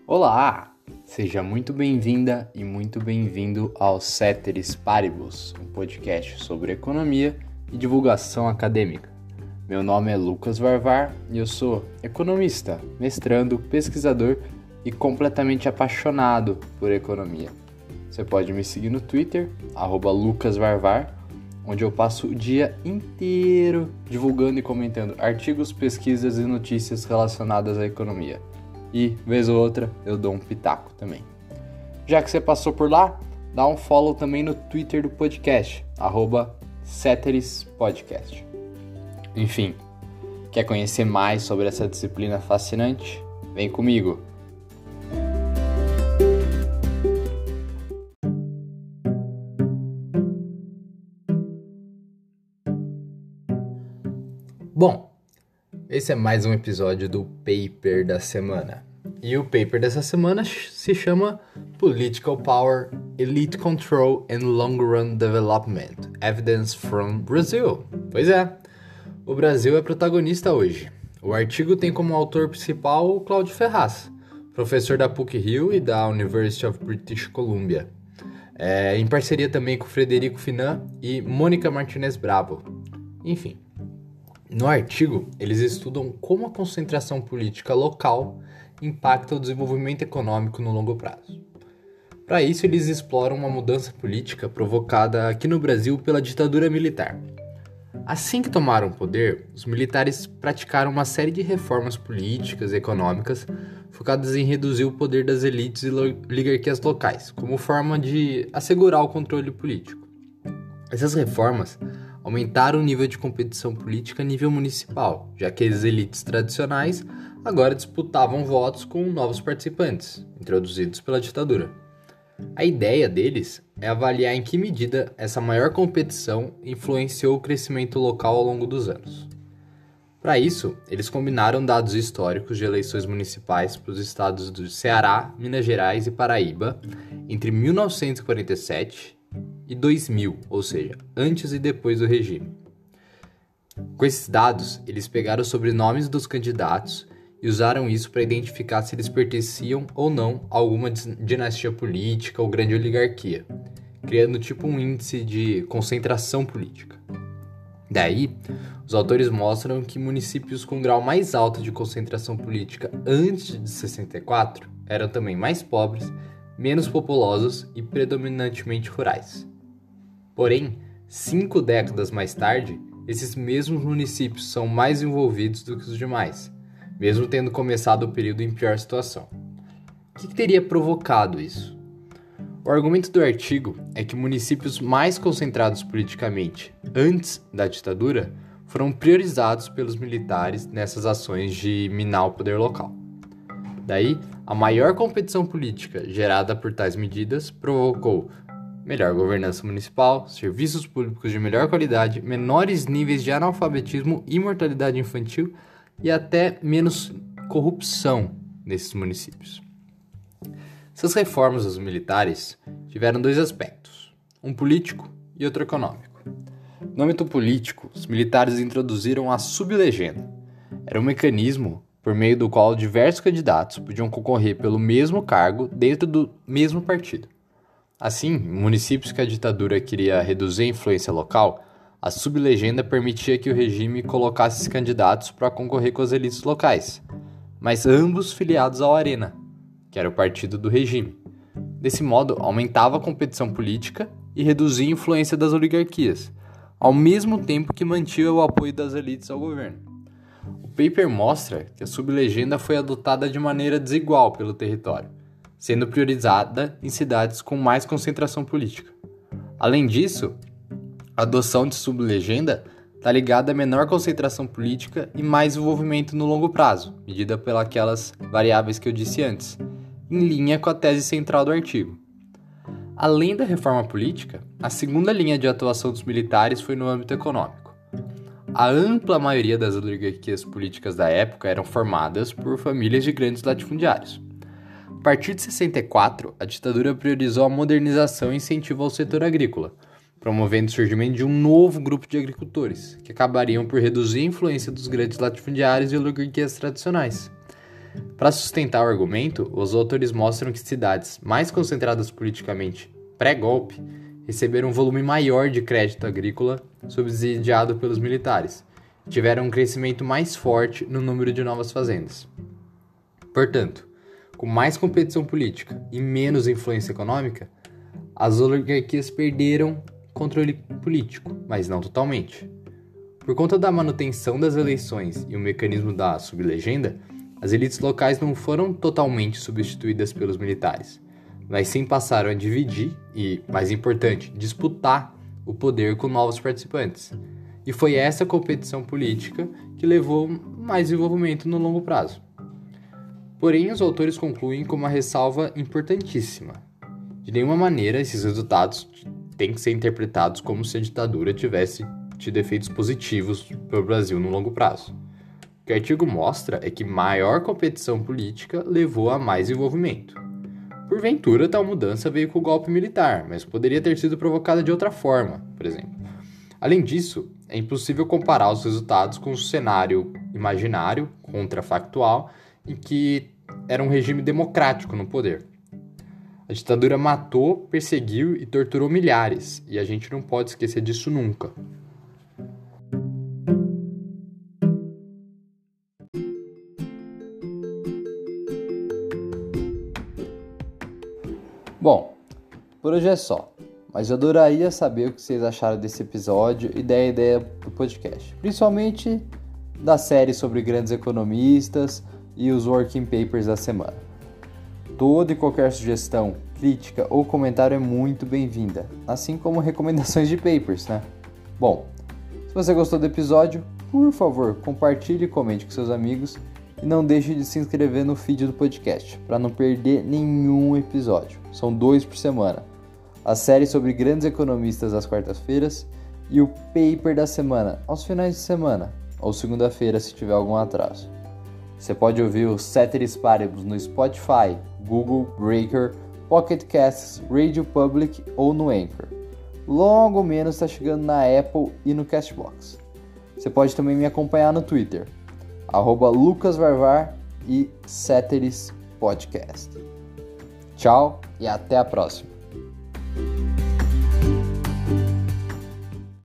Olá! Seja muito bem-vinda e muito bem-vindo ao Ceteris Paribus, um podcast sobre economia e divulgação acadêmica. Meu nome é Lucas Varvar e eu sou economista, mestrando, pesquisador e completamente apaixonado por economia. Você pode me seguir no Twitter, @lucasvarvar, onde eu passo o dia inteiro divulgando e comentando artigos, pesquisas e notícias relacionadas à economia. E, vez ou outra, eu dou um pitaco também. Já que você passou por lá, dá um follow também no Twitter do podcast, @CeterisPodcast. Enfim, quer conhecer mais sobre essa disciplina fascinante? Vem comigo! Bom, esse é mais um episódio do Paper da semana. E o paper dessa semana se chama Political Power, Elite Control and Long Run Development, Evidence from Brazil. Pois é, o Brasil é protagonista hoje. O artigo tem como autor principal o Cláudio Ferraz, professor da PUC-Rio e da University of British Columbia, em parceria também com Frederico Finan e Mônica Martinez Bravo. Enfim, no artigo, eles estudam como a concentração política local impacta o desenvolvimento econômico no longo prazo. Para isso, eles exploram uma mudança política provocada aqui no Brasil pela ditadura militar. Assim que tomaram o poder, os militares praticaram uma série de reformas políticas e econômicas focadas em reduzir o poder das elites e oligarquias locais, como forma de assegurar o controle político. Essas reformas aumentaram o nível de competição política a nível municipal, já que as elites tradicionais agora disputavam votos com novos participantes, introduzidos pela ditadura. A ideia deles é avaliar em que medida essa maior competição influenciou o crescimento local ao longo dos anos. Para isso, eles combinaram dados históricos de eleições municipais para os estados do Ceará, Minas Gerais e Paraíba entre 1947 e 2000, ou seja, antes e depois do regime. Com esses dados, eles pegaram os sobrenomes dos candidatos e usaram isso para identificar se eles pertenciam ou não a alguma dinastia política ou grande oligarquia, criando tipo um índice de concentração política. Daí, os autores mostram que municípios com grau mais alto de concentração política antes de 64 eram também mais pobres, menos populosos e predominantemente rurais. Porém, 5 décadas mais tarde, esses mesmos municípios são mais envolvidos do que os demais, mesmo tendo começado o período em pior situação. O que teria provocado isso? O argumento do artigo é que municípios mais concentrados politicamente antes da ditadura foram priorizados pelos militares nessas ações de minar o poder local. Daí, a maior competição política gerada por tais medidas provocou melhor governança municipal, serviços públicos de melhor qualidade, menores níveis de analfabetismo e mortalidade infantil e até menos corrupção nesses municípios. Essas reformas dos militares tiveram 2 aspectos, um político e outro econômico. No âmbito político, os militares introduziram a sublegenda. Era um mecanismo por meio do qual diversos candidatos podiam concorrer pelo mesmo cargo dentro do mesmo partido. Assim, em municípios que a ditadura queria reduzir a influência local, a sublegenda permitia que o regime colocasse esses candidatos para concorrer com as elites locais, mas ambos filiados ao Arena, que era o partido do regime. Desse modo, aumentava a competição política e reduzia a influência das oligarquias, ao mesmo tempo que mantinha o apoio das elites ao governo. O paper mostra que a sublegenda foi adotada de maneira desigual pelo território, sendo priorizada em cidades com mais concentração política. Além disso, a adoção de sublegenda está ligada a menor concentração política e mais envolvimento no longo prazo, medida pelas variáveis que eu disse antes, em linha com a tese central do artigo. Além da reforma política, a segunda linha de atuação dos militares foi no âmbito econômico. A ampla maioria das oligarquias políticas da época eram formadas por famílias de grandes latifundiários. A partir de 64, a ditadura priorizou a modernização e incentivo ao setor agrícola, promovendo o surgimento de um novo grupo de agricultores, que acabariam por reduzir a influência dos grandes latifundiários e oligarquias tradicionais. Para sustentar o argumento, os autores mostram que cidades mais concentradas politicamente pré-golpe receberam um volume maior de crédito agrícola subsidiado pelos militares e tiveram um crescimento mais forte no número de novas fazendas. Portanto, com mais competição política e menos influência econômica, as oligarquias perderam controle político, mas não totalmente. Por conta da manutenção das eleições e o mecanismo da sublegenda, as elites locais não foram totalmente substituídas pelos militares, mas sim passaram a dividir e, mais importante, disputar o poder com novos participantes. E foi essa competição política que levou mais desenvolvimento no longo prazo. Porém, os autores concluem com uma ressalva importantíssima. De nenhuma maneira esses resultados têm que ser interpretados como se a ditadura tivesse tido efeitos positivos para o Brasil no longo prazo. O que o artigo mostra é que maior competição política levou a mais desenvolvimento. Porventura, tal mudança veio com o golpe militar, mas poderia ter sido provocada de outra forma, por exemplo. Além disso, é impossível comparar os resultados com o cenário imaginário, contrafactual, em que era um regime democrático no poder. A ditadura matou, perseguiu e torturou milhares, e a gente não pode esquecer disso nunca. Bom, por hoje é só, mas eu adoraria saber o que vocês acharam desse episódio e da ideia do podcast, principalmente da série sobre grandes economistas e os working papers da semana. Toda e qualquer sugestão, crítica ou comentário é muito bem-vinda, assim como recomendações de papers, né? Bom, se você gostou do episódio, por favor, compartilhe e comente com seus amigos e não deixe de se inscrever no feed do podcast, para não perder nenhum episódio. São 2 por semana. A série sobre grandes economistas às quartas-feiras e o paper da semana aos finais de semana, ou segunda-feira se tiver algum atraso. Você pode ouvir o Ceteris Paribus no Spotify, Google, Breaker, Pocket Casts, Radio Public ou no Anchor. Logo menos está chegando na Apple e no Castbox. Você pode também me acompanhar no Twitter, @LucasVarvar e Ceteris Podcast. Tchau e até a próxima.